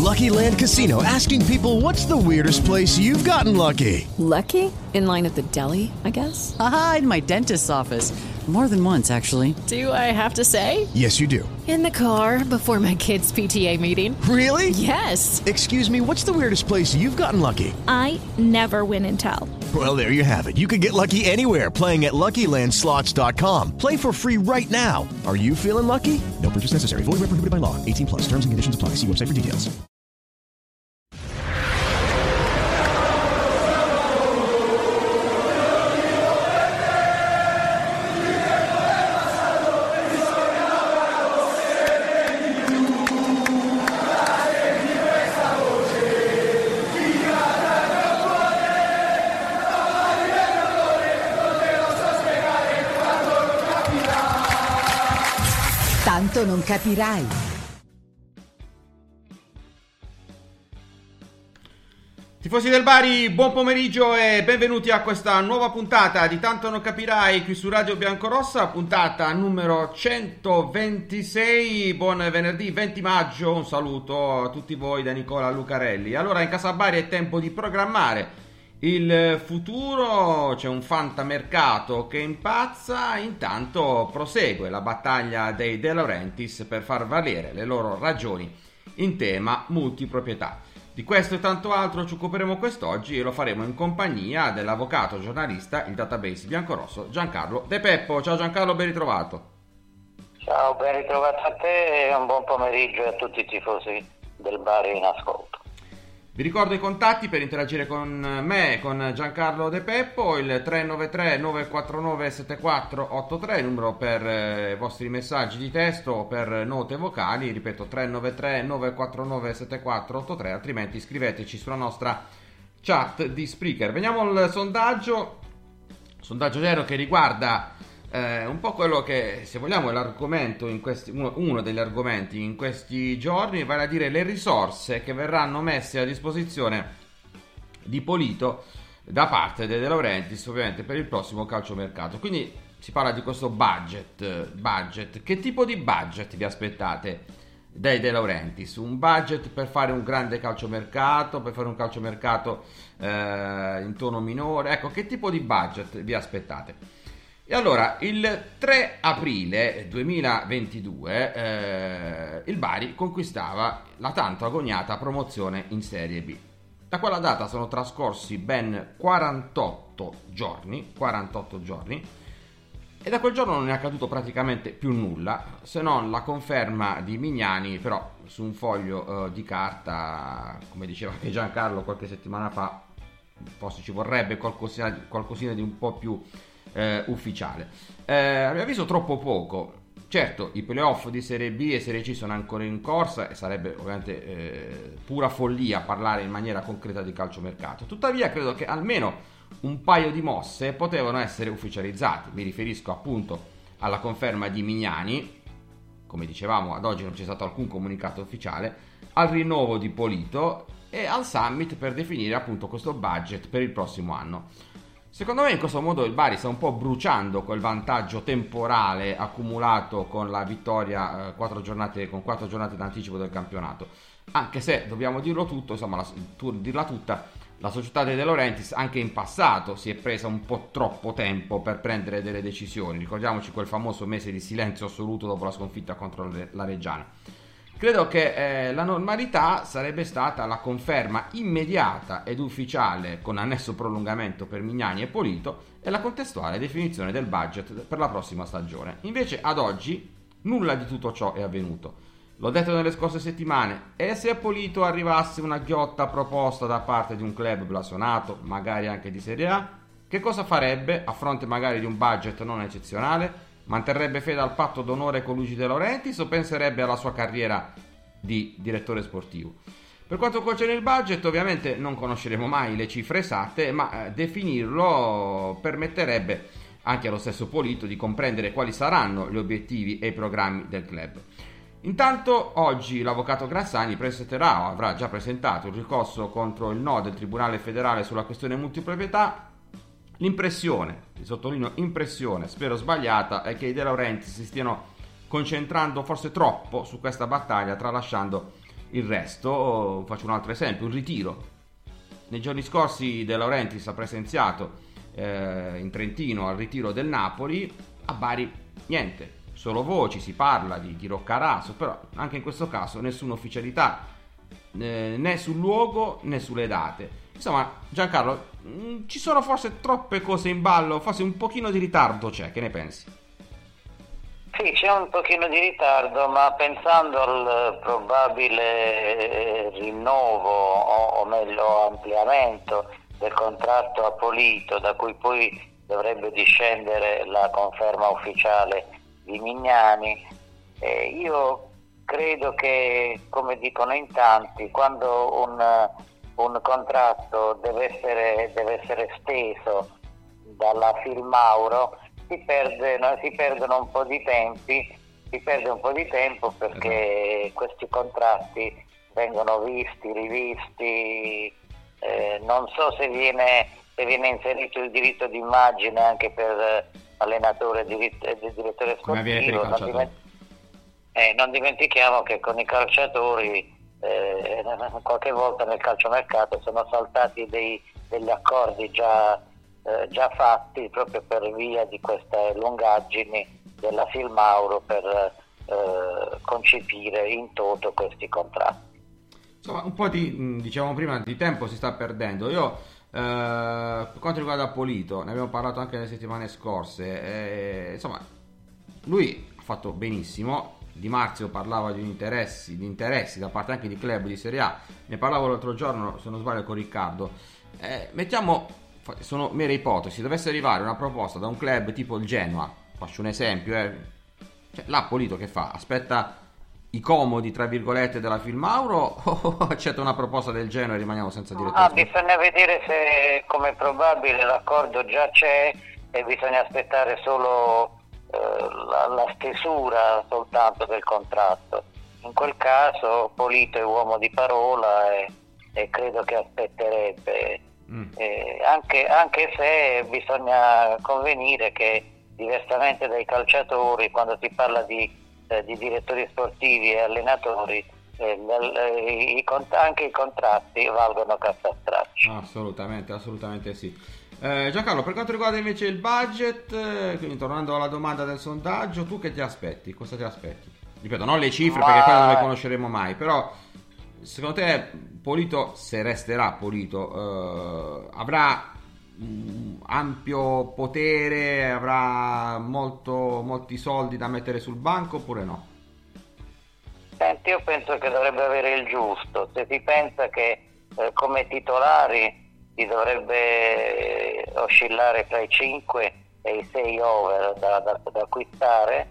Lucky Land Casino, asking people, what's the weirdest place you've gotten lucky? Lucky? In line at the deli, I guess? Aha, in my dentist's office. More than once, actually. Do I have to say? Yes, you do. In the car before my kids' PTA meeting. Really? Yes. Excuse me, what's the weirdest place you've gotten lucky? I never win and tell. Well, there you have it. You can get lucky anywhere, playing at LuckyLandSlots.com. Play for free right now. Are you feeling lucky? No purchase necessary. Void where prohibited by law. 18 plus. Terms and conditions apply. See website for details. Tanto non capirai. Tifosi del Bari, buon pomeriggio e benvenuti a questa nuova puntata di Tanto non capirai qui su Radio Biancorossa, puntata numero 126. Buon venerdì 20 maggio, un saluto a tutti voi da Nicola Lucarelli. Allora, in casa Bari è tempo di programmare il futuro, c'è un fantamercato che impazza, intanto prosegue la battaglia dei De Laurentiis per far valere le loro ragioni in tema multiproprietà. Di questo e tanto altro ci occuperemo quest'oggi e lo faremo in compagnia dell'avvocato giornalista, il database biancorosso Giancarlo De Peppo. Ciao Giancarlo, ben ritrovato. Ciao, ben ritrovato a te e un buon pomeriggio a tutti i tifosi del Bari in ascolto. Vi ricordo i contatti per interagire con me, con Giancarlo De Peppo, il 393 949 7483, il numero per i vostri messaggi di testo o per note vocali, ripeto 393 949 7483, altrimenti scriveteci sulla nostra chat di Spreaker. Veniamo al sondaggio zero che riguarda un po' quello che, se vogliamo, è l'argomento uno degli argomenti in questi giorni, vale a dire le risorse che verranno messe a disposizione di Polito da parte dei De Laurentiis, ovviamente per il prossimo calciomercato. Quindi si parla di questo budget. Che tipo di budget vi aspettate dai De Laurentiis? Un budget per fare un grande calciomercato, per fare un calciomercato in tono minore? Ecco, che tipo di budget vi aspettate? E allora, il 3 aprile 2022 il Bari conquistava la tanto agognata promozione in Serie B. Da quella data sono trascorsi ben 48 giorni e da quel giorno non è accaduto praticamente più nulla, se non la conferma di Mignani, però su un foglio di carta, come diceva anche Giancarlo qualche settimana fa, forse ci vorrebbe qualcosina di un po' più ufficiale. A mio avviso troppo poco. Certo, i playoff di Serie B e Serie C sono ancora in corsa e sarebbe ovviamente pura follia parlare in maniera concreta di calciomercato. Tuttavia credo che almeno un paio di mosse potevano essere ufficializzate. Mi riferisco appunto alla conferma di Mignani, come dicevamo ad oggi non c'è stato alcun comunicato ufficiale, al rinnovo di Polito e al summit per definire appunto questo budget per il prossimo anno. Secondo me in questo modo il Bari sta un po' bruciando quel vantaggio temporale accumulato con la vittoria 4 giornate d'anticipo del campionato. Anche se, dobbiamo dirlo tutto, insomma, dirla tutta, la società dei De Laurentiis anche in passato si è presa un po' troppo tempo per prendere delle decisioni. Ricordiamoci quel famoso mese di silenzio assoluto dopo la sconfitta contro la Reggiana. Credo che la normalità sarebbe stata la conferma immediata ed ufficiale con annesso prolungamento per Mignani e Polito e la contestuale definizione del budget per la prossima stagione. Invece ad oggi nulla di tutto ciò è avvenuto. L'ho detto nelle scorse settimane, e se a Polito arrivasse una ghiotta proposta da parte di un club blasonato, magari anche di Serie A, che cosa farebbe a fronte magari di un budget non eccezionale? Manterrebbe fede al patto d'onore con Luigi De Laurentiis o penserebbe alla sua carriera di direttore sportivo? Per quanto concerne il budget, ovviamente non conosceremo mai le cifre esatte, ma definirlo permetterebbe anche allo stesso Polito di comprendere quali saranno gli obiettivi e i programmi del club. Intanto oggi l'avvocato Grassani presenterà o avrà già presentato il ricorso contro il no del Tribunale federale sulla questione multiproprietà. L'impressione, sottolineo impressione, spero sbagliata, è che i De Laurentiis si stiano concentrando forse troppo su questa battaglia, tralasciando il resto. Faccio un altro esempio, il ritiro. Nei giorni scorsi De Laurentiis ha presenziato in Trentino al ritiro del Napoli, a Bari niente, solo voci, si parla di Roccaraso, però anche in questo caso nessuna ufficialità né sul luogo né sulle date. Insomma, Giancarlo, ci sono forse troppe cose in ballo, forse un pochino di ritardo c'è, che ne pensi? Sì, c'è un pochino di ritardo, ma pensando al probabile rinnovo o meglio ampliamento del contratto a Polito, da cui poi dovrebbe discendere la conferma ufficiale di Mignani, io credo che, come dicono in tanti, quando un contratto deve essere steso dalla Filmauro si perdono un po' di tempo perché questi contratti vengono visti, rivisti, non so se viene inserito il diritto d'immagine anche per allenatore e direttore sportivo. Non dimentichiamo che con i calciatori qualche volta nel calciomercato sono saltati degli accordi già fatti proprio per via di queste lungaggini della Filmauro per concepire in toto questi contratti. Insomma, un po' dicevamo prima, di tempo si sta perdendo. Io per quanto riguarda Polito, ne abbiamo parlato anche nelle settimane scorse, insomma, lui ha fatto benissimo. Di Marzio parlava di interessi da parte anche di club di Serie A, ne parlavo l'altro giorno, se non sbaglio, con Riccardo. Sono mere ipotesi, dovesse arrivare una proposta da un club tipo il Genoa, faccio un esempio, cioè, là Polito che fa? Aspetta i comodi tra virgolette della Filmauro o accetta una proposta del Genoa e rimaniamo senza direttore? Bisogna vedere se, come probabile, l'accordo già c'è e bisogna aspettare solo la stesura soltanto del contratto. In quel caso Polito è uomo di parola e credo che aspetterebbe, anche se bisogna convenire che, diversamente dai calciatori, quando si parla di direttori sportivi e allenatori, anche i contratti valgono cassa straccia. Assolutamente sì. Giancarlo, per quanto riguarda invece il budget, quindi tornando alla domanda del sondaggio, tu che ti aspetti? Cosa ti aspetti? Ripeto, non le cifre perché quelle non le conosceremo mai, però secondo te Polito, se resterà Polito, avrà ampio potere, avrà molti soldi da mettere sul banco oppure no? Senti, io penso che dovrebbe avere il giusto. Se si pensa che come titolari si dovrebbe oscillare tra i 5 e i 6 over da acquistare,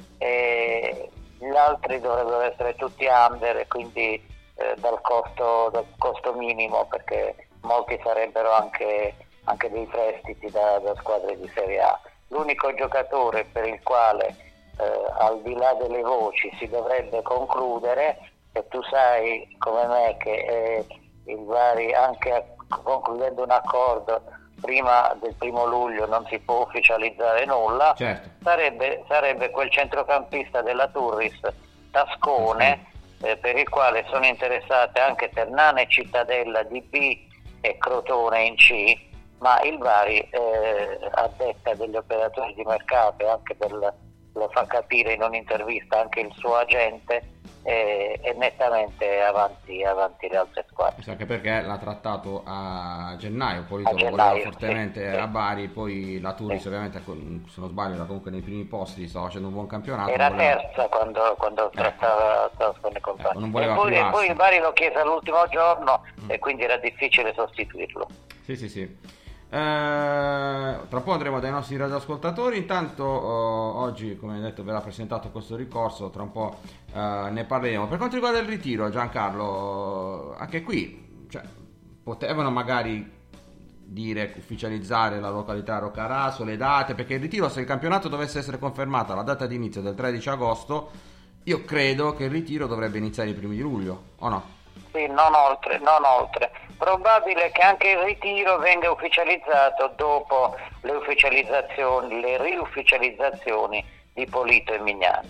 e gli altri dovrebbero essere tutti under e quindi dal costo minimo, perché molti sarebbero anche dei prestiti da squadre di Serie A. L'unico giocatore per il quale al di là delle voci si dovrebbe concludere, e tu sai come me che il Bari, anche concludendo un accordo prima del 1 luglio non si può ufficializzare nulla, certo. sarebbe quel centrocampista della Turris, Tascone, per il quale sono interessate anche Ternana e Cittadella di B e Crotone in C, ma il Bari, a detta degli operatori di mercato e anche lo fa capire in un'intervista anche il suo agente, è nettamente avanti le altre squadre. Anche perché l'ha trattato a gennaio, poi lo voleva fortemente a Bari, poi la Turris ovviamente, se non sbaglio, era comunque nei primi posti, stava facendo un buon campionato. Era terza quando trattava con i compagni. Non voleva e poi il Bari lo chiese all'ultimo giorno e quindi era difficile sostituirlo. Sì. Tra poco andremo dai nostri radioascoltatori. Intanto oggi, come detto, verrà presentato questo ricorso, tra un po' ne parleremo. Per quanto riguarda il ritiro, Giancarlo, anche qui potevano magari ufficializzare la località Roccaraso, le date, perché il ritiro, se il campionato dovesse essere confermata la data di inizio del 13 agosto, io credo che il ritiro dovrebbe iniziare i primi di luglio, o no? Sì, non oltre. Probabile che anche il ritiro venga ufficializzato dopo le riufficializzazioni di Polito e Mignani.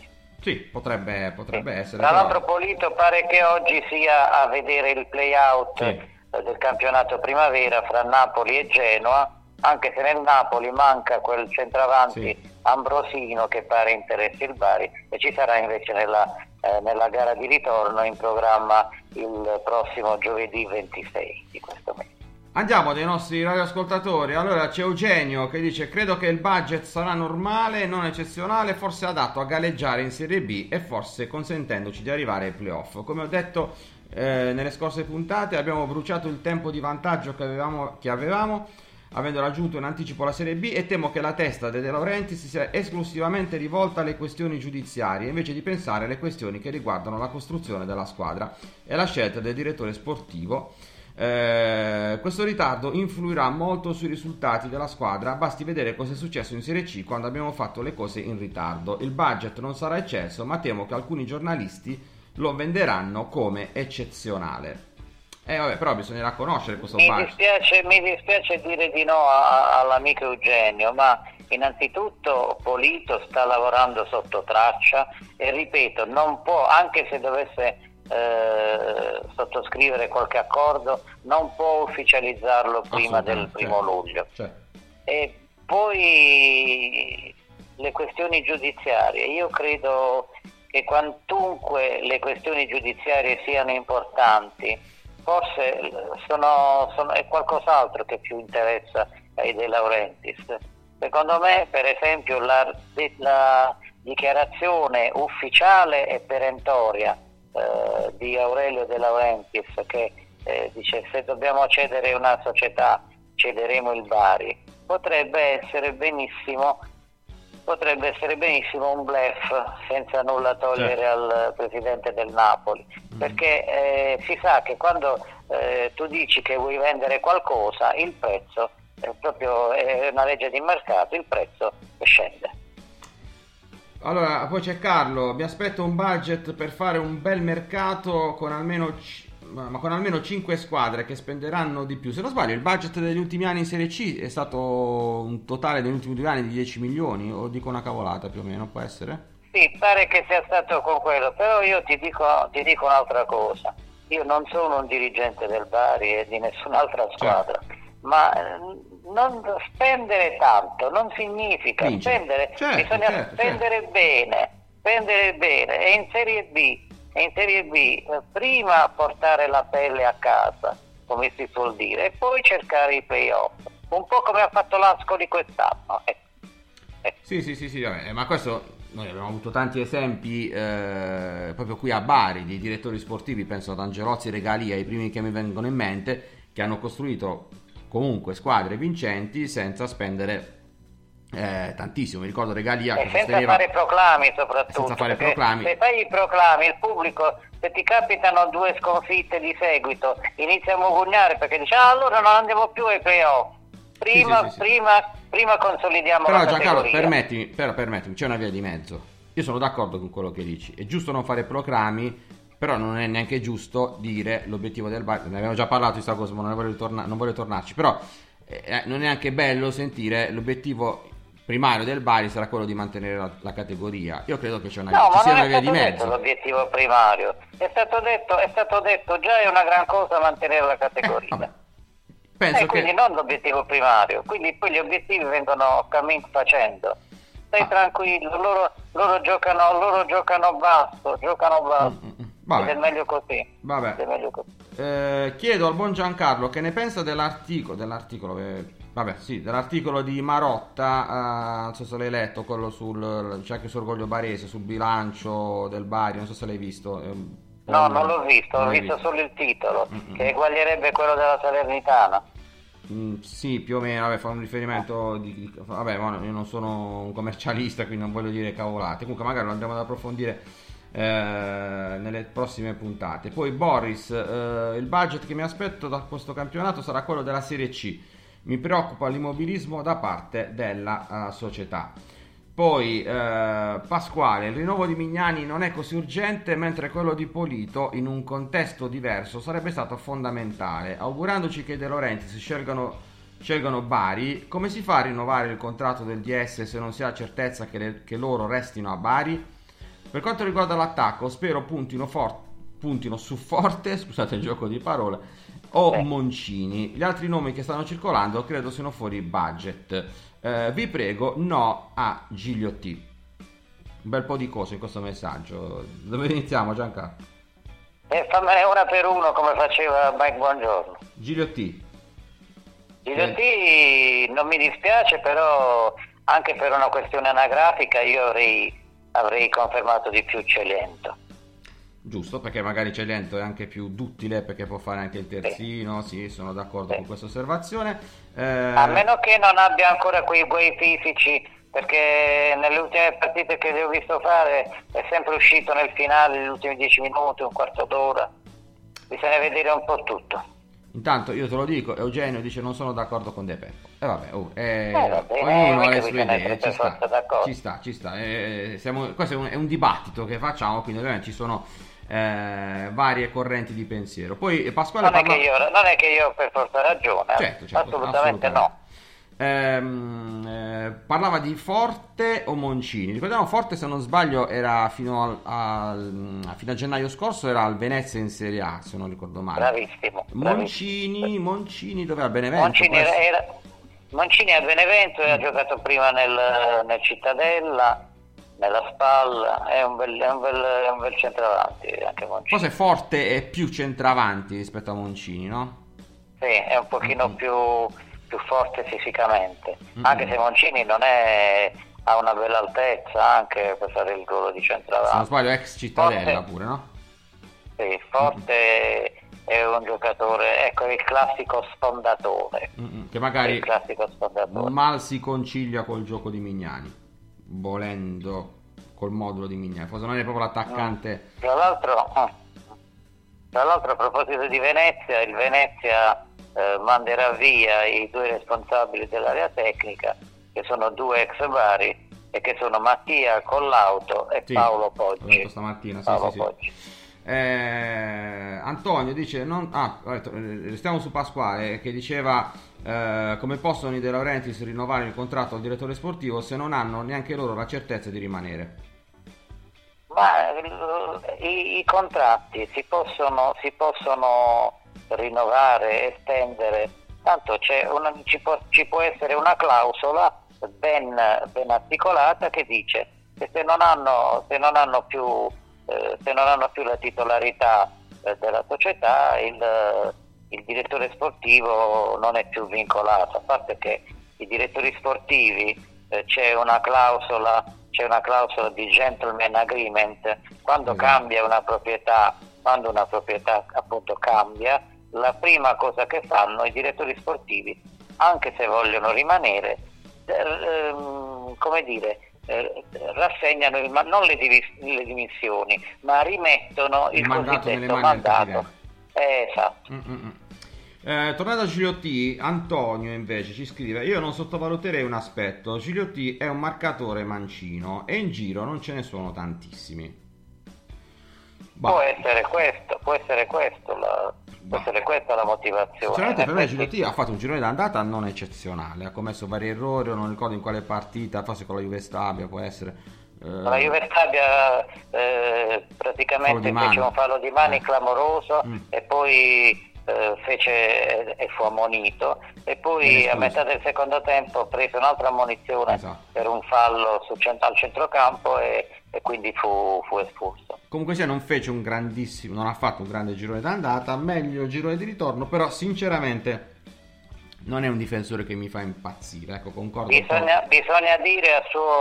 Sì, potrebbe essere. Tra l'altro Polito pare che oggi sia a vedere il play-out del campionato primavera fra Napoli e Genoa, anche se nel Napoli manca quel centravanti Ambrosino che pare interessi il Bari, e ci sarà invece nella gara di ritorno in programma il prossimo giovedì 26 di questo mese. Andiamo dai nostri radioascoltatori. Allora c'è Eugenio che dice: credo che il budget sarà normale, non eccezionale, forse adatto a galleggiare in Serie B e forse consentendoci di arrivare ai playoff. Come ho detto nelle scorse puntate, abbiamo bruciato il tempo di vantaggio che avevamo avendo raggiunto in anticipo la Serie B, e temo che la testa De Laurentiis si sia esclusivamente rivolta alle questioni giudiziarie invece di pensare alle questioni che riguardano la costruzione della squadra e la scelta del direttore sportivo. Questo ritardo influirà molto sui risultati della squadra, basti vedere cosa è successo in Serie C quando abbiamo fatto le cose in ritardo. Il budget non sarà eccesso, ma temo che alcuni giornalisti lo venderanno come eccezionale. Vabbè, però bisognerà conoscere questo budget. Mi dispiace dire di no all'amico Eugenio, ma innanzitutto Polito sta lavorando sotto traccia e ripeto, non può, anche se dovesse sottoscrivere qualche accordo, non può ufficializzarlo prima del 1° luglio. E poi le questioni giudiziarie, io credo che quantunque le questioni giudiziarie siano importanti, forse è qualcos'altro che più interessa ai De Laurentiis. Secondo me, per esempio, la dichiarazione ufficiale e perentoria di Aurelio De Laurentiis che dice: se dobbiamo cedere una società cederemo il Bari, potrebbe essere benissimo un bluff, senza nulla togliere al presidente del Napoli, perché si sa che quando tu dici che vuoi vendere qualcosa, il prezzo è una legge di mercato, il prezzo scende. Allora, poi c'è Carlo: mi aspetto un budget per fare un bel mercato con almeno 5 squadre che spenderanno di più. Se non sbaglio, il budget degli ultimi anni in Serie C è stato un totale degli ultimi 2 anni di 10 milioni, o dico una cavolata più o meno, può essere? Sì, pare che sia stato con quello, però io ti dico un'altra cosa. Io non sono un dirigente del Bari e di nessun'altra squadra, ma non spendere tanto non significa spendere, bisogna spendere bene, e in Serie B prima portare la pelle a casa, come si suol dire, e poi cercare i playoff, un po' come ha fatto l'Ascoli quest'anno. Sì, vabbè, ma questo noi abbiamo avuto tanti esempi proprio qui a Bari di direttori sportivi, penso ad Angelozzi e Regalia, i primi che mi vengono in mente, che hanno costruito comunque squadre vincenti senza spendere tantissimo. Mi ricordo Regalia che senza fare proclami, soprattutto senza fare proclami. Se fai i proclami, il pubblico, se ti capitano 2 sconfitte di seguito, inizia a mugugnare perché dice allora non andiamo più ai playoff. Prima consolidiamo però, la categoria. Giancarlo, permettimi, c'è una via di mezzo. Io sono d'accordo con quello che dici, è giusto non fare proclami, però non è neanche giusto dire l'obiettivo del Bari. Ne abbiamo già parlato di questa cosa, ma non voglio tornarci. Però non è anche bello sentire l'obiettivo primario del Bari sarà quello di mantenere la categoria. Io credo che ci sia una via di mezzo. L'obiettivo primario è stato detto già, è una gran cosa mantenere la categoria. Quindi non l'obiettivo primario, quindi poi gli obiettivi vengono facendo. Stai tranquillo, loro giocano basso. Ed è meglio così. Vabbè. Chiedo al buon Giancarlo che ne pensa dell'articolo di Marotta, non so se l'hai letto, quello c'è anche su Orgoglio Barese, sul bilancio del Bari, non so se l'hai visto. No, non l'ho visto, ho visto solo il titolo, che eguaglierebbe quello della Salernitana. Sì, più o meno, fa un riferimento io non sono un commercialista, quindi non voglio dire cavolate. Comunque magari lo andremo ad approfondire nelle prossime puntate. Poi Boris: il budget che mi aspetto da questo campionato sarà quello della Serie C. Mi preoccupa l'immobilismo da parte della società. Poi Pasquale: il rinnovo di Mignani non è così urgente, mentre quello di Polito in un contesto diverso sarebbe stato fondamentale. Augurandoci che De Laurentiis scelgano Bari, come si fa a rinnovare il contratto del DS se non si ha certezza che loro restino a Bari? Per quanto riguarda l'attacco, spero puntino su Forte, scusate il gioco di parole, o Moncini. Gli altri nomi che stanno circolando credo siano fuori budget. Vi prego, no a Gigliotti. Un bel po' di cose in questo messaggio. Dove iniziamo, Giancarlo? Fammene una per uno come faceva Mike Buongiorno. Gigliotti non mi dispiace, però anche per una questione anagrafica io avrei confermato di più Celento. Giusto, perché magari Celento è anche più duttile, perché può fare anche il terzino. Sì, sono d'accordo con questa osservazione. A meno che non abbia ancora quei guai fisici, perché nelle ultime partite che le ho visto fare è sempre uscito nel finale, negli ultimi 10 minuti, un quarto d'ora. Bisogna vedere un po' tutto. Intanto io te lo dico, Eugenio dice non sono d'accordo con De Peppo. E vabbè, ognuno ha le sue idee, ci sta. Questo è un dibattito che facciamo, quindi ovviamente ci sono varie correnti di pensiero. Poi Pasquale non è che io per forza ragione, certo, assolutamente no. Parlava di Forte o Moncini. Ricordiamo, Forte, se non sbaglio, era fino a gennaio scorso era al Venezia in Serie A, se non ricordo male. Bravissimo. Moncini dove era? Benevento? Moncini al Benevento e ha giocato prima nel Cittadella, nella Spal. È un bel centravanti anche Moncini. Forse Forte è più centravanti rispetto a Moncini, no? Sì, è un pochino più forte fisicamente, anche se Moncini ha una bella altezza anche per fare il gol di centravanti. Se non sbaglio ex Cittadella pure, no? Sì, Forte è un giocatore, ecco, il classico sfondatore, che magari mal si concilia col gioco di Mignani, volendo, col modulo di Mignani, forse non è proprio l'attaccante. Tra l'altro a proposito di Venezia, il Venezia manderà via i due responsabili dell'area tecnica, che sono due ex Bari e che sono Mattia Collauto e Paolo Poggi. Stamattina, Poggi. Antonio dice restiamo su Pasquale, che diceva come possono i De Laurentiis rinnovare il contratto al direttore sportivo se non hanno neanche loro la certezza di rimanere. Ma i contratti si possono rinnovare, estendere, tanto ci può essere una clausola ben articolata che dice che se non hanno più la titolarità della società, il direttore sportivo non è più vincolato, a parte che i direttori sportivi c'è una clausola di gentleman agreement quando cambia una proprietà, quando una proprietà appunto cambia. La prima cosa che fanno i direttori sportivi, anche se vogliono rimanere, rassegnano non le dimissioni, ma rimettono il cosiddetto mandato. Esatto. Tornando a Gigliotti, Antonio invece ci scrive: io non sottovaluterei un aspetto, Gigliotti è un marcatore mancino e in giro non ce ne sono tantissimi. Può essere questa la motivazione. Sinceramente per me Gigliotti ha fatto un girone d'andata non eccezionale, ha commesso vari errori, non ricordo in quale partita, forse con la Juve Stabia può essere. La Juve Stabia praticamente fece un fallo di mani clamoroso e poi e fu ammonito, e poi a metà del secondo tempo prese un'altra ammonizione per un fallo al centrocampo e quindi fu espulso. Comunque sia, non ha fatto un grande girone d'andata, meglio il girone di ritorno, però sinceramente non è un difensore che mi fa impazzire, ecco, concordo. Bisogna dire a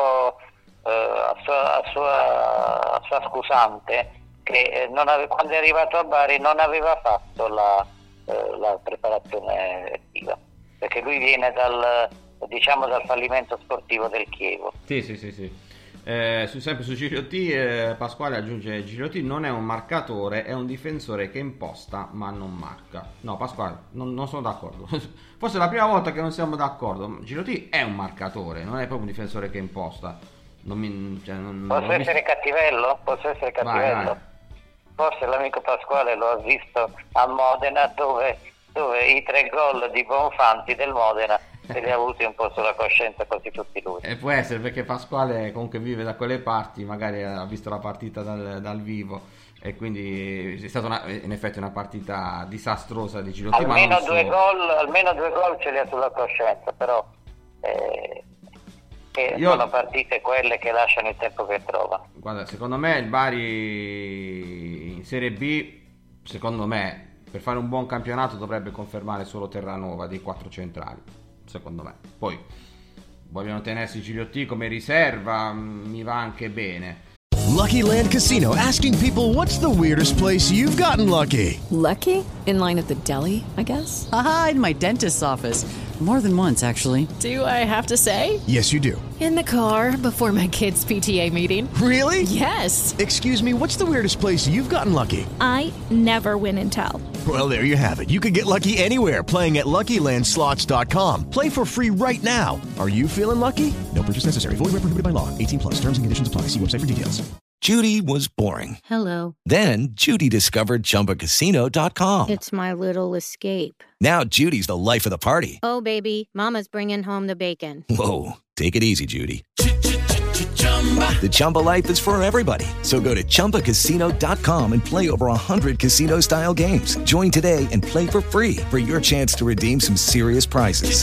sua scusante che quando è arrivato a Bari non aveva fatto la preparazione estiva, perché lui viene dal fallimento sportivo del Chievo. Sì. Sempre su Gigliotti, Pasquale aggiunge: Gigliotti non è un marcatore, è un difensore che imposta ma non marca. No, Pasquale, non sono d'accordo. Forse è la prima volta che non siamo d'accordo. Gigliotti è un marcatore, non è proprio un difensore che imposta. Posso essere cattivello? Vai. Forse l'amico Pasquale lo ha visto a Modena, dove i 3 gol di Bonfanti del Modena se li ha avuti un po' sulla coscienza quasi tutti lui. E può essere, perché Pasquale comunque vive da quelle parti, magari ha visto la partita dal vivo, e quindi è stata in effetti una partita disastrosa di Gigliotti. Almeno due gol ce li ha sulla coscienza, però sono partite quelle che lasciano il tempo che trovano. Guarda, secondo me il Bari in Serie B, secondo me, per fare un buon campionato dovrebbe confermare solo Terranova dei 4 centrali, secondo me. Poi vogliono tenersi Gigliotti come riserva, mi va anche bene. Lucky Land Casino, asking people, what's the weirdest place you've gotten lucky? Lucky? In line at the deli, I guess? Aha, in my dentist's office. More than once, actually. Do I have to say? Yes, you do. In the car before my kids' PTA meeting. Really? Yes. Excuse me, what's the weirdest place you've gotten lucky? I never win and tell. Well, there you have it. You can get lucky anywhere, playing at LuckyLandSlots.com. Play for free right now. Are you feeling lucky? No purchase necessary. Void where prohibited by law. 18 plus. Terms and conditions apply. See website for details. Judy was boring. Hello. Then Judy discovered ChumbaCasino.com. It's my little escape. Now Judy's the life of the party. Oh, baby, mama's bringing home the bacon. Whoa, take it easy, Judy. The Chumba life is for everybody. So go to ChumbaCasino.com and play over 100 casino-style games. Join today and play for free for your chance to redeem some serious prizes.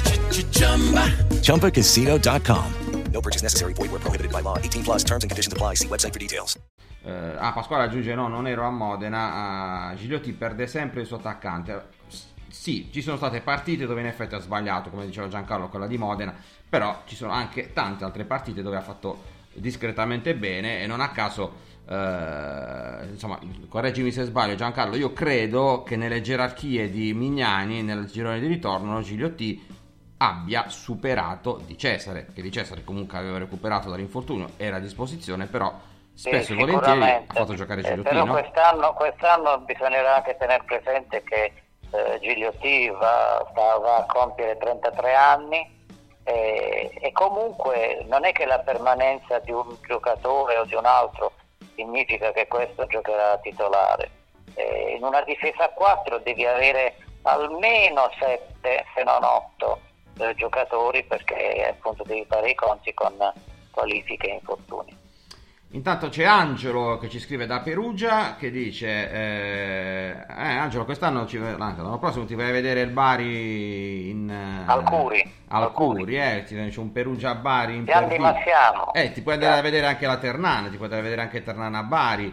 ChumbaCasino.com. No purchase necessary. Void where prohibited by law. 18 plus. Terms and conditions apply. See website for details. Pasquale aggiunge: no, non ero a Modena. Gigliotti perde sempre il suo attaccante. Sì, ci sono state partite dove in effetti ha sbagliato, come diceva Giancarlo, quella di Modena, però ci sono anche tante altre partite dove ha fatto discretamente bene, e non a caso, insomma, correggimi se sbaglio Giancarlo, io credo che nelle gerarchie di Mignani, nel girone di ritorno, Gigliotti abbia superato Di Cesare, che Di Cesare comunque aveva recuperato dall'infortunio, era a disposizione, però spesso e volentieri ha fatto giocare Gigliotti. Però quest'anno bisognerà anche tenere presente che Gigliotti va a compiere 33 anni, e comunque non è che la permanenza di un giocatore o di un altro significa che questo giocherà titolare. In una difesa a 4 devi avere almeno 7, se non 8 giocatori, perché appunto devi fare i conti con qualifiche e infortuni. Intanto c'è Angelo che ci scrive da Perugia, che dice Angelo, quest'anno l'anno prossimo ti vai a vedere il Bari al Curi. C'è un Perugia-Bari in Pian di Massiamo. Ti puoi andare a vedere anche la Ternana, ti puoi andare a vedere anche Ternana-Bari,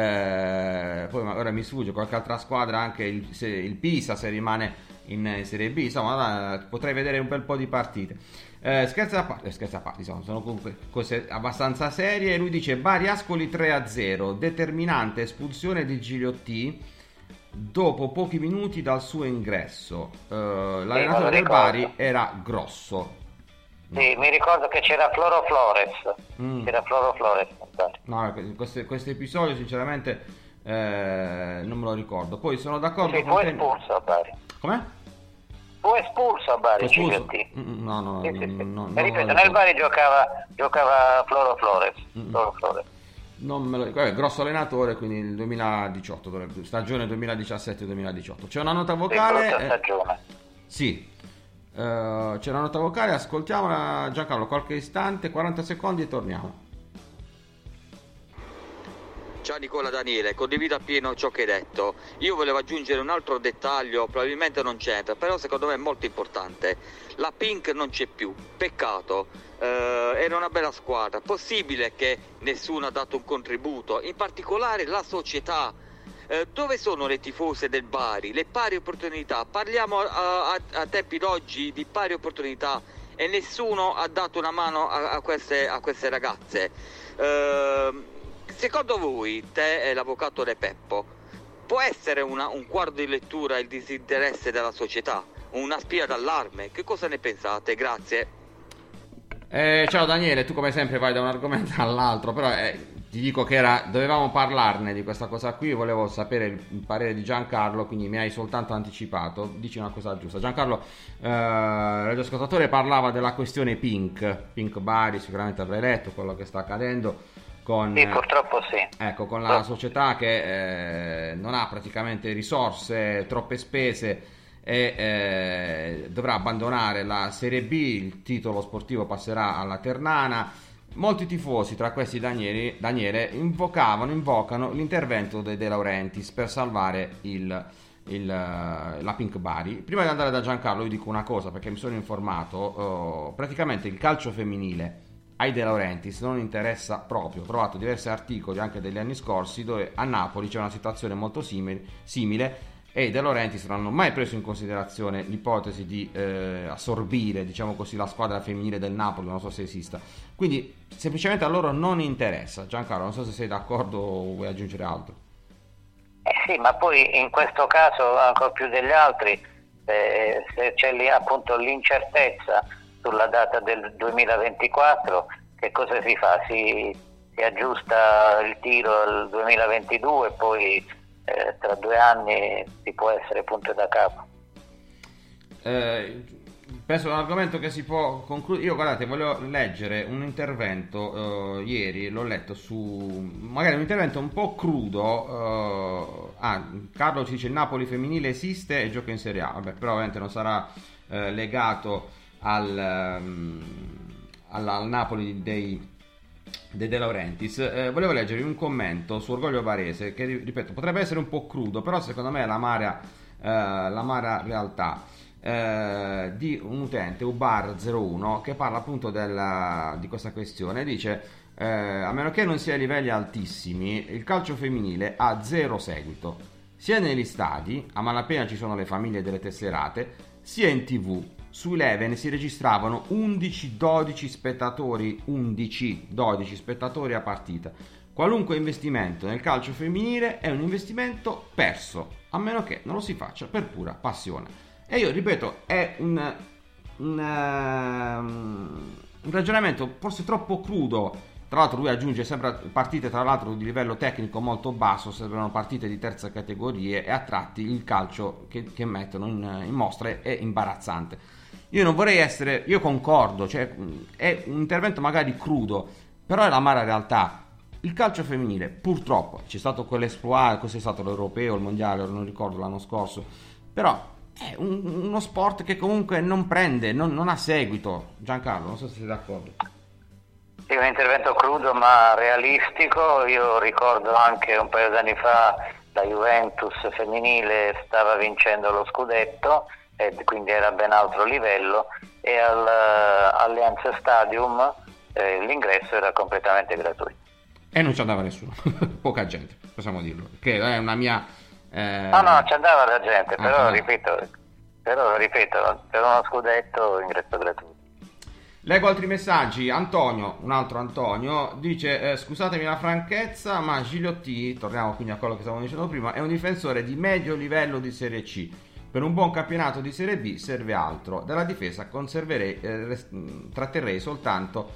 poi ora mi sfugge qualche altra squadra, anche il Pisa, se rimane in Serie B, insomma potrei vedere un bel po' di partite. Scherzi a parte, insomma, sono comunque cose abbastanza serie. Lui dice: Bari Ascoli 3-0, determinante espulsione di Gigliotti dopo pochi minuti dal suo ingresso. L'allenatore del Bari era Grosso. Sì, mi ricordo che c'era Floro Flores. No, questo episodio sinceramente non me lo ricordo. Poi sono d'accordo con te. Fu espulso a Bari. Com'è? Fu espulso a Bari Gigliotti. No. Ripeto, nel Bari giocava Floro Flores. Non me lo ricordo. Grosso allenatore, quindi il 2018, stagione 2017-2018. C'è una nota vocale. Stagione. Sì. C'è una nota vocale, ascoltiamola Giancarlo, qualche istante, 40 secondi e torniamo. Ciao Nicola Daniele, condivido appieno ciò che hai detto. Io volevo aggiungere un altro dettaglio, probabilmente non c'entra, però secondo me è molto importante. La Pink non c'è più, peccato, era una bella squadra. Possibile che nessuno ha dato un contributo, in particolare la società. Dove sono le tifose del Bari, le pari opportunità? Parliamo a tempi d'oggi di pari opportunità e nessuno ha dato una mano a queste ragazze. Secondo voi, te e l'avvocato De Peppo, può essere un quadro di lettura il disinteresse della società? Una spia d'allarme? Che cosa ne pensate? Grazie. Ciao Daniele, tu come sempre vai da un argomento all'altro, però ti dico che dovevamo parlarne di questa cosa qui, volevo sapere il parere di Giancarlo, quindi mi hai soltanto anticipato. Dici una cosa giusta. Giancarlo, il radioascoltatore parlava della questione Pink Bari, sicuramente avrai letto quello che sta accadendo. Sì, purtroppo sì. Ecco, con la società che non ha praticamente risorse, troppe spese, e dovrà abbandonare la Serie B, il titolo sportivo passerà alla Ternana. Molti tifosi, tra questi Daniele, invocano l'intervento dei De Laurentiis per salvare la Pink Bari. Prima di andare da Giancarlo io dico una cosa, perché mi sono informato, praticamente il calcio femminile ai De Laurentiis non interessa proprio. Ho trovato diversi articoli anche degli anni scorsi dove a Napoli c'è una situazione molto simile e i De Laurentiis non hanno mai preso in considerazione l'ipotesi di assorbire, diciamo così, la squadra femminile del Napoli, non so se esista. Quindi semplicemente a loro non interessa. Giancarlo, non so se sei d'accordo o vuoi aggiungere altro. Sì, ma poi in questo caso ancora più degli altri, se c'è lì appunto l'incertezza sulla data del 2024, che cosa si fa? Si aggiusta il tiro al 2022 e poi tra 2 anni si può essere punto da capo. Penso è un argomento che si può concludere. Io, guardate, voglio leggere un intervento, ieri l'ho letto magari un intervento un po' crudo. Carlo ci dice: il Napoli femminile esiste e gioca in Serie A. Vabbè, però ovviamente non sarà legato al Napoli dei De Laurentiis. Volevo leggervi un commento su Orgoglio Barese che, ripeto, potrebbe essere un po' crudo, però secondo me è l'amara realtà di un utente, Ubar01, che parla appunto di questa questione. Dice: a meno che non sia a livelli altissimi, il calcio femminile ha zero seguito, sia negli stadi, a malapena ci sono le famiglie delle tesserate, sia in TV. Su Eleven si registravano 11-12 spettatori a partita. Qualunque investimento nel calcio femminile è un investimento perso, a meno che non lo si faccia per pura passione. E io ripeto, è un ragionamento forse troppo crudo. Tra l'altro lui aggiunge sempre partite tra l'altro di livello tecnico molto basso, sembrano partite di terza categoria, e a tratti il calcio che mettono in mostra è imbarazzante. Io non vorrei essere, io concordo, cioè è un intervento magari crudo, però è l'amara realtà. Il calcio femminile purtroppo c'è stato quell'esploit, cos'è stato l'europeo, il mondiale, non ricordo, l'anno scorso, però è uno sport che comunque non prende, non ha seguito. Giancarlo, non so se sei d'accordo. Sì, un intervento crudo ma realistico. Io ricordo anche un paio d'anni fa la Juventus femminile stava vincendo lo scudetto e quindi era ben altro livello, e all'Allianz Stadium l'ingresso era completamente gratuito. E non ci andava nessuno, poca gente, possiamo dirlo, che è una mia... No, ci andava la gente, però ripeto, per uno scudetto ingresso gratuito. Leggo altri messaggi. Antonio, un altro Antonio, dice: scusatemi la franchezza, ma Gigliotti, torniamo quindi a quello che stavamo dicendo prima, è un difensore di medio livello di Serie C. Per un buon campionato di Serie B serve altro. Dalla difesa tratterrei soltanto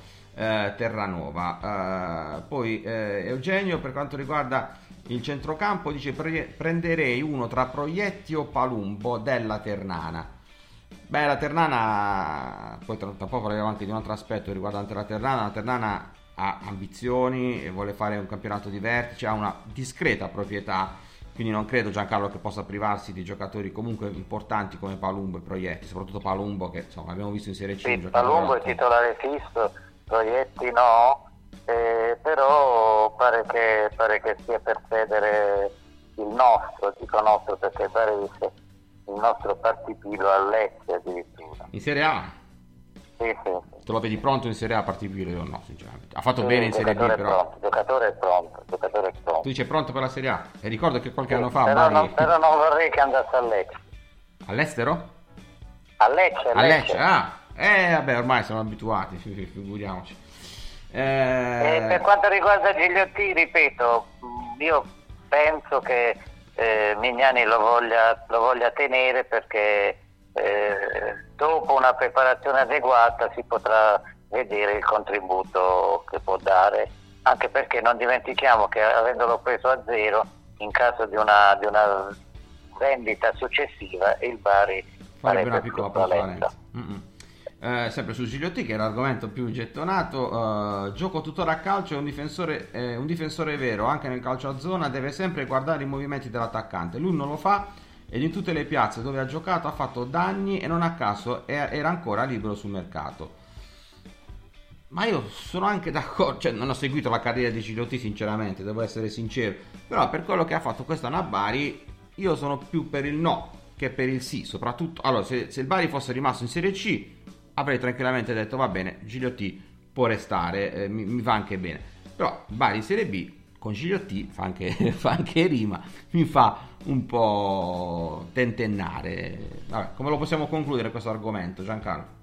Terranova. Poi Eugenio, per quanto riguarda il centrocampo, dice: prenderei uno tra Proietti o Palumbo della Ternana. Beh, la Ternana, poi tra poco parleremo anche di un altro aspetto riguardante la Ternana. La Ternana ha ambizioni e vuole fare un campionato di vertice, ha una discreta proprietà, quindi non credo, Giancarlo, che possa privarsi di giocatori comunque importanti come Palumbo e Proietti, soprattutto Palumbo, che insomma abbiamo visto in Serie C. Sì, Palumbo è titolare fisso, Proietti no, però pare che stia per cedere il nostro, dico nostro perché Barese, il nostro Partipilo a Lecce addirittura. In Serie A? Sì. Te lo vedi pronto in Serie A Partipilo o no, sinceramente? Ha fatto bene in Serie B, però. Il giocatore è pronto. Tu dici è pronto per la Serie A? E ricordo che qualche anno fa... Però non vorrei che andasse a Lecce. All'estero? A Lecce. Vabbè, ormai siamo abituati, figuriamoci. Per quanto riguarda Gigliotti, ripeto, io penso che Mignani lo voglia tenere perché dopo una preparazione adeguata si potrà vedere il contributo che può dare, anche perché non dimentichiamo che avendolo preso a zero, in caso di una vendita successiva, il Bari farebbe una piccola plusvalenza. Sempre su Gigliotti, che era l'argomento più gettonato. Gioco tuttora a calcio, è un difensore vero, anche nel calcio a zona deve sempre guardare i movimenti dell'attaccante, lui non lo fa ed in tutte le piazze dove ha giocato ha fatto danni e non a caso era ancora libero sul mercato. Ma io sono anche d'accordo, cioè non ho seguito la carriera di Gigliotti sinceramente, devo essere sincero, però per quello che ha fatto quest'anno a Bari io sono più per il no che per il sì, soprattutto allora se il Bari fosse rimasto in Serie C avrei tranquillamente detto va bene, Gigliotti può restare, mi va anche bene, però Bari in Serie B con Gigliotti fa anche rima, mi fa un po' tentennare. Vabbè, come lo possiamo concludere questo argomento, Giancarlo?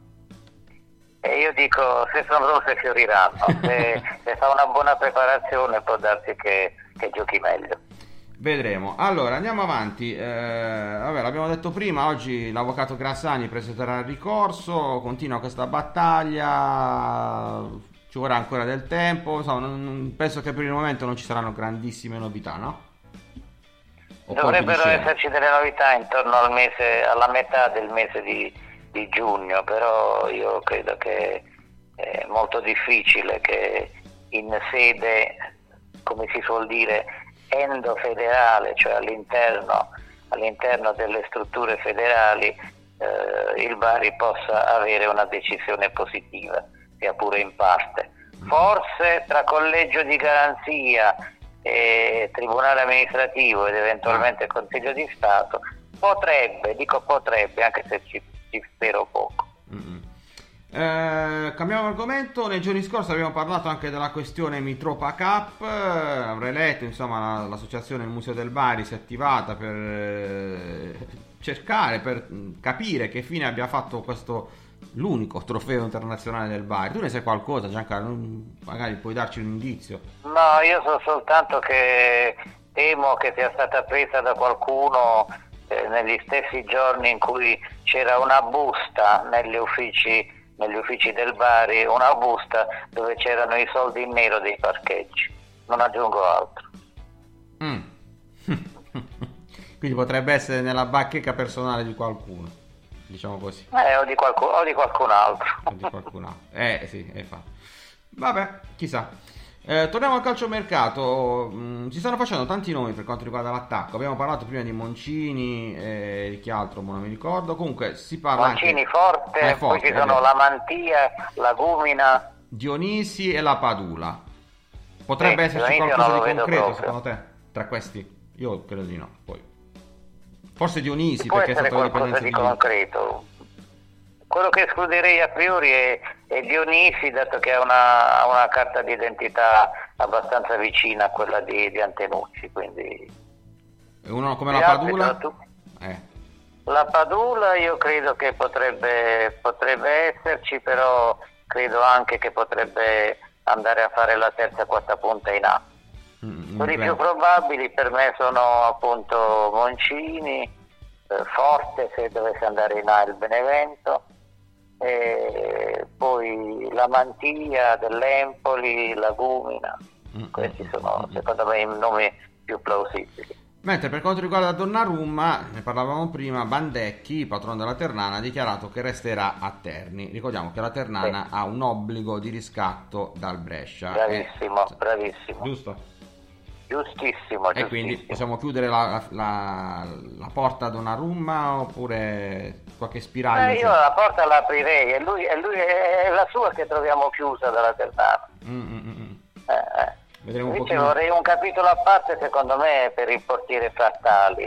E io dico, se sono rose fioriranno, se fa una buona preparazione può darsi che giochi meglio. Vedremo. Allora andiamo avanti. Vabbè, l'abbiamo detto prima, oggi l'avvocato Grassani presenterà il ricorso, continua questa battaglia, ci vorrà ancora del tempo, insomma, penso che per il momento non ci saranno grandissime novità, no? Dovrebbero esserci delle novità intorno alla metà del mese di giugno, però io credo che è molto difficile che in sede, come si suol dire, endofederale, cioè all'interno delle strutture federali, il Bari possa avere una decisione positiva, sia pure in parte. Forse tra collegio di garanzia e tribunale amministrativo ed eventualmente Consiglio di Stato potrebbe, anche se ci spero poco. Cambiamo argomento. Nei giorni scorsi abbiamo parlato anche della questione Mitropa Cup. Avrei letto, insomma, l'associazione Il Museo del Bari si è attivata per cercare, per capire che fine abbia fatto l'unico trofeo internazionale del Bari. Tu ne sai qualcosa, Giancarlo? Magari puoi darci un indizio. No, io so soltanto che temo che sia stata presa da qualcuno negli stessi giorni in cui c'era una busta negli uffici del Bari, una busta dove c'erano i soldi in nero dei parcheggi. Non aggiungo altro. Quindi potrebbe essere nella bacheca personale di qualcuno, diciamo così. O di qualcun altro. Sì, è fatto. Vabbè, chissà. Torniamo al calciomercato. Si stanno facendo tanti nomi per quanto riguarda l'attacco. Abbiamo parlato prima di Moncini e chi altro, non mi ricordo. Comunque si parla Moncini anche... forte, poi ci sono la Mantia, la Gumina, Dionisi e la Padula. Potrebbe esserci qualcosa di concreto secondo te tra questi? Io credo di no. Poi forse Dionisi, perché è stato qualcosa di concreto. Quello che escluderei a priori è Dionisi, dato che ha una carta d'identità abbastanza vicina a quella di Antenucci, quindi... Uno come la Padula? La Padula io credo che potrebbe esserci, però credo anche che potrebbe andare a fare la terza quarta punta in A. Quelli più probabili per me sono appunto Moncini, Forte se dovesse andare in A il Benevento, e poi la Mantia dell'Empoli, la Gumina. Questi sono secondo me i nomi più plausibili. Mentre per quanto riguarda Donnarumma, ne parlavamo prima, Bandecchi, patrono della Ternana, ha dichiarato che resterà a Terni. Ricordiamo che la Ternana ha un obbligo di riscatto dal Brescia. Bravissimo. Giusto? Giustissimo. E quindi possiamo chiudere la porta a Donnarumma oppure qualche spiraglio? Io la porta la aprirei, è la sua che troviamo chiusa dalla Ternana. Vedremo Invece vorrei un capitolo a parte secondo me per il portiere Frattali.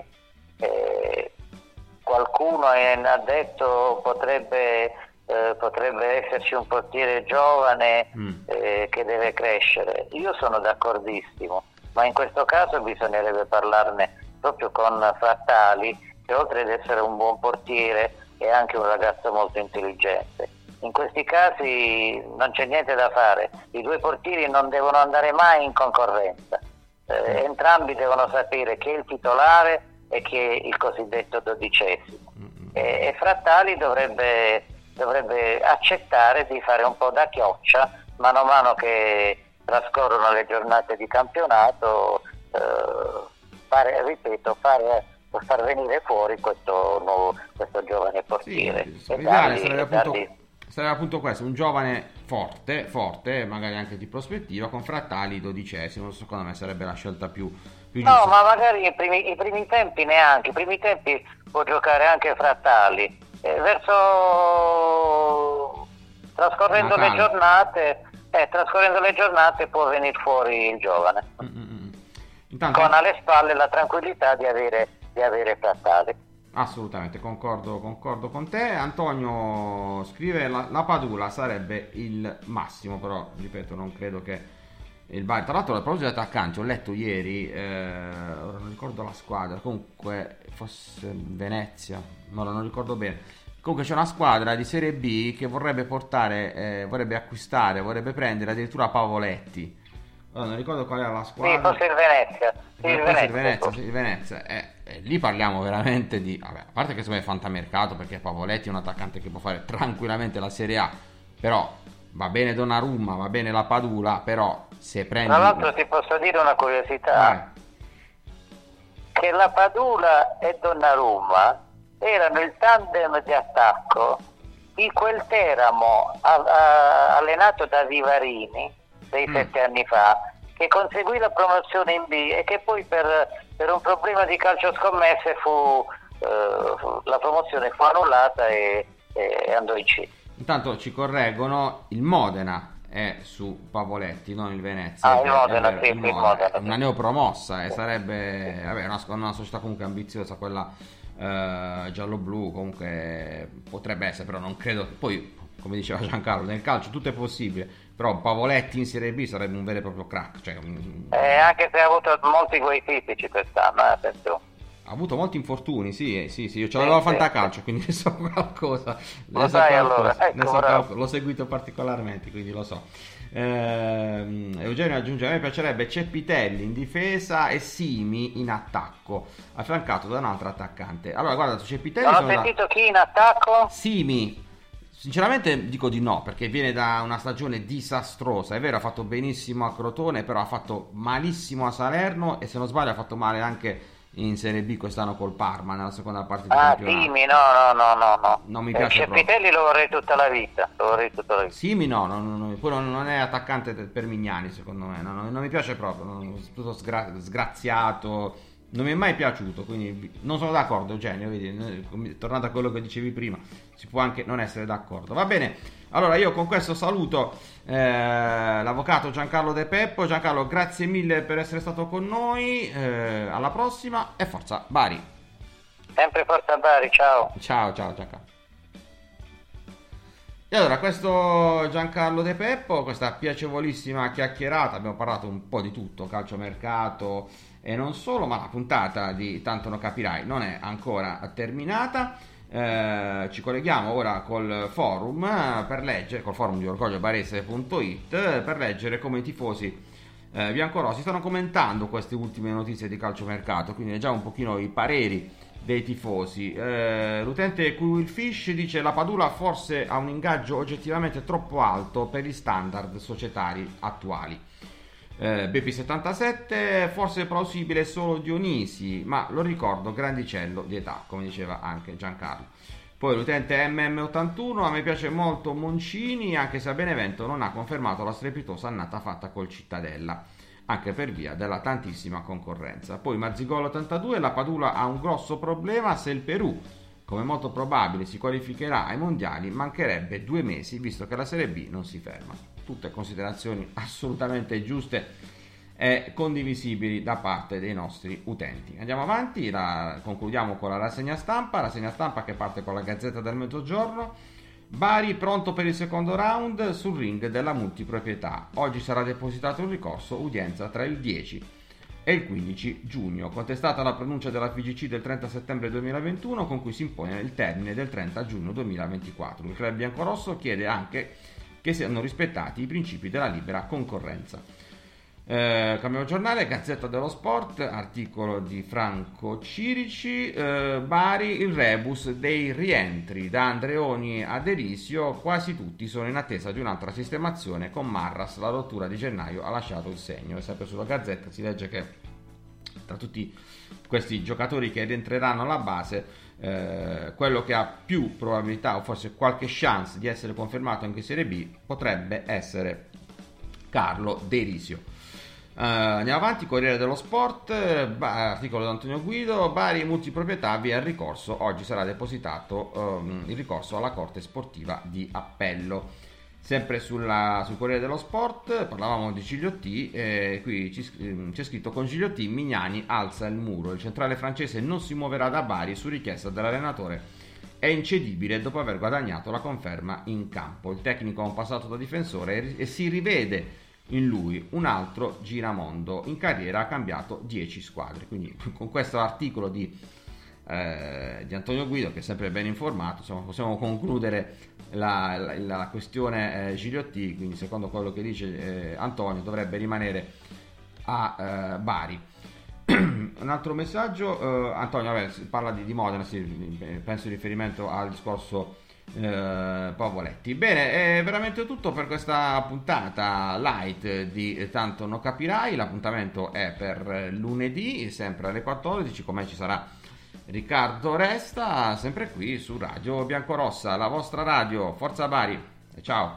Qualcuno ha detto potrebbe esserci un portiere giovane che deve crescere. Io sono d'accordissimo, ma in questo caso bisognerebbe parlarne proprio con Frattali, che oltre ad essere un buon portiere è anche un ragazzo molto intelligente. In questi casi non c'è niente da fare, i due portieri non devono andare mai in concorrenza, entrambi devono sapere chi è il titolare e chi è il cosiddetto dodicesimo, e Frattali dovrebbe accettare di fare un po' da chioccia mano a mano che trascorrono le giornate di campionato, far venire fuori questo giovane portiere. Sarebbe appunto questo, un giovane forte, magari anche di prospettiva, con Frattali 12esimo. Secondo me sarebbe la scelta più No, ma magari i primi tempi neanche, i primi tempi può giocare anche Frattali. Verso trascorrendo le giornate può venire fuori il giovane. Intanto, con alle spalle la tranquillità di avere Frattali. Assolutamente, concordo con te. Antonio scrive la Padula sarebbe il massimo, però ripeto, non credo che il Bari, tra l'altro, a proposito di attaccanti, ho letto ieri, ora non ricordo la squadra, comunque fosse Venezia, non ricordo bene. Comunque c'è una squadra di Serie B che vorrebbe vorrebbe acquistare, vorrebbe prendere addirittura Pavoletti. Ora non ricordo qual era la squadra. Sì, forse il Venezia. Il Venezia. Lì parliamo veramente di... Vabbè, a parte che secondo me è fantamercato, perché Pavoletti è un attaccante che può fare tranquillamente la Serie A, però va bene Donnarumma, va bene la Padula, però se prendi... Tra l'altro ti posso dire una curiosità. Vai. Che la Padula e Donnarumma erano il tandem di attacco di quel Teramo allenato da Vivarini dei 7 anni fa, che conseguì la promozione in B e che poi per un problema di calcio scommesse la promozione fu annullata e andò in C. Intanto ci correggono, il Modena è su Pavoletti, non il Venezia. Il Modena. È una neopromossa e sarebbe una società comunque ambiziosa, quella giallo-blu, comunque potrebbe essere, però non credo. Poi, come diceva Giancarlo, nel calcio tutto è possibile, però Pavoletti in Serie B sarebbe un vero e proprio crack, cioè anche se ha avuto molti guai fisici quest'anno, attenzione. Ha avuto molti infortuni, sì, io ce l'avevo a Fantacalcio, quindi ne so qualcosa. L'ho seguito particolarmente, quindi lo so. Eugenio aggiunge: a me piacerebbe Cepitelli in difesa e Simi in attacco, affiancato da un altro attaccante. Allora, guarda, su Cepitelli non ho sentito chi in attacco? Simi. Sinceramente dico di no, perché viene da una stagione disastrosa. È vero, ha fatto benissimo a Crotone, però ha fatto malissimo a Salerno e, se non sbaglio, ha fatto male anche in Serie B quest'anno col Parma nella seconda parte del campionato. Simi, no. Non mi piace Cepitelli lo vorrei tutta la vita. Simi poi non è attaccante per Mignani, secondo me. Non mi piace proprio, tutto sgraziato. Non mi è mai piaciuto, quindi non sono d'accordo, Eugenio, vedi, tornando a quello che dicevi prima, si può anche non essere d'accordo. Va bene, allora io con questo saluto l'avvocato Giancarlo De Peppo. Giancarlo, grazie mille per essere stato con noi, alla prossima e forza Bari. Sempre forza Bari, ciao. Ciao Giancarlo. E allora, questo Giancarlo De Peppo, questa piacevolissima chiacchierata, abbiamo parlato un po' di tutto, calciomercato e non solo, ma la puntata di Tanto non capirai non è ancora terminata. Ci colleghiamo ora col forum per leggere, col forum di orgogliobarese.it, per leggere come i tifosi biancorossi stanno commentando queste ultime notizie di calciomercato, quindi leggiamo un pochino i pareri dei tifosi. L'utente Quillfish dice: la Padula forse ha un ingaggio oggettivamente troppo alto per gli standard societari attuali. BP77: forse è plausibile solo Dionisi, ma lo ricordo grandicello di età, come diceva anche Giancarlo. Poi l'utente MM81: a me piace molto Moncini, anche se a Benevento non ha confermato la strepitosa annata fatta col Cittadella, anche per via della tantissima concorrenza. Poi Marzigolo82: la Padula ha un grosso problema, se il Perù, come molto probabile, si qualificherà ai mondiali, mancherebbe 2 mesi, visto che la Serie B non si ferma. Tutte considerazioni assolutamente giuste e condivisibili da parte dei nostri utenti. Andiamo avanti, concludiamo con la rassegna stampa che parte con la Gazzetta del Mezzogiorno. Bari pronto per il secondo round sul ring della multiproprietà. Oggi sarà depositato un ricorso, udienza tra il 10 e il 15 giugno. Contestata la pronuncia della FIGC del 30 settembre 2021 con cui si impone il termine del 30 giugno 2024. Il club biancorosso chiede anche che siano rispettati i principi della libera concorrenza. Cambiamo giornale, Gazzetta dello Sport, articolo di Franco Cirici. Bari, il rebus dei rientri, da Andreoni a Derisio, quasi tutti sono in attesa di un'altra sistemazione. Con Marras la rottura di gennaio ha lasciato il segno. E sempre sulla Gazzetta si legge che tra tutti questi giocatori che rientreranno alla base, quello che ha più probabilità o forse qualche chance di essere confermato anche in Serie B potrebbe essere Carlo Derisio. Andiamo avanti, Corriere dello Sport, articolo di Antonio Guido, Bari multiproprietà via il ricorso, oggi sarà depositato il ricorso alla Corte Sportiva di Appello. Sempre sul Corriere dello Sport parlavamo di Gigliotti, qui c'è scritto: con Gigliotti Mignani alza il muro, il centrale francese non si muoverà da Bari su richiesta dell'allenatore, è incedibile dopo aver guadagnato la conferma in campo, il tecnico ha un passato da difensore e si rivede in lui un altro giramondo, in carriera ha cambiato 10 squadre. Quindi con questo articolo di Antonio Guido, che è sempre ben informato, insomma, possiamo concludere la questione Gigliotti. Quindi secondo quello che dice Antonio dovrebbe rimanere a Bari. Un altro messaggio, Antonio, parla di Modena, sì, penso in riferimento al discorso Pavoletti. Bene, è veramente tutto per questa puntata light di Tanto non capirai. L'appuntamento è per lunedì, sempre alle 14, come ci sarà Riccardo Resta, sempre qui su Radio Biancorossa, la vostra radio. Forza Bari, ciao.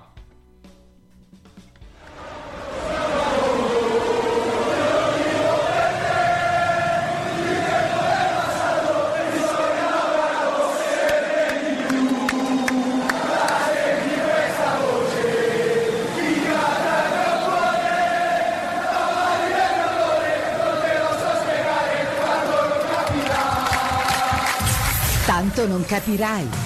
Tanto non capirai.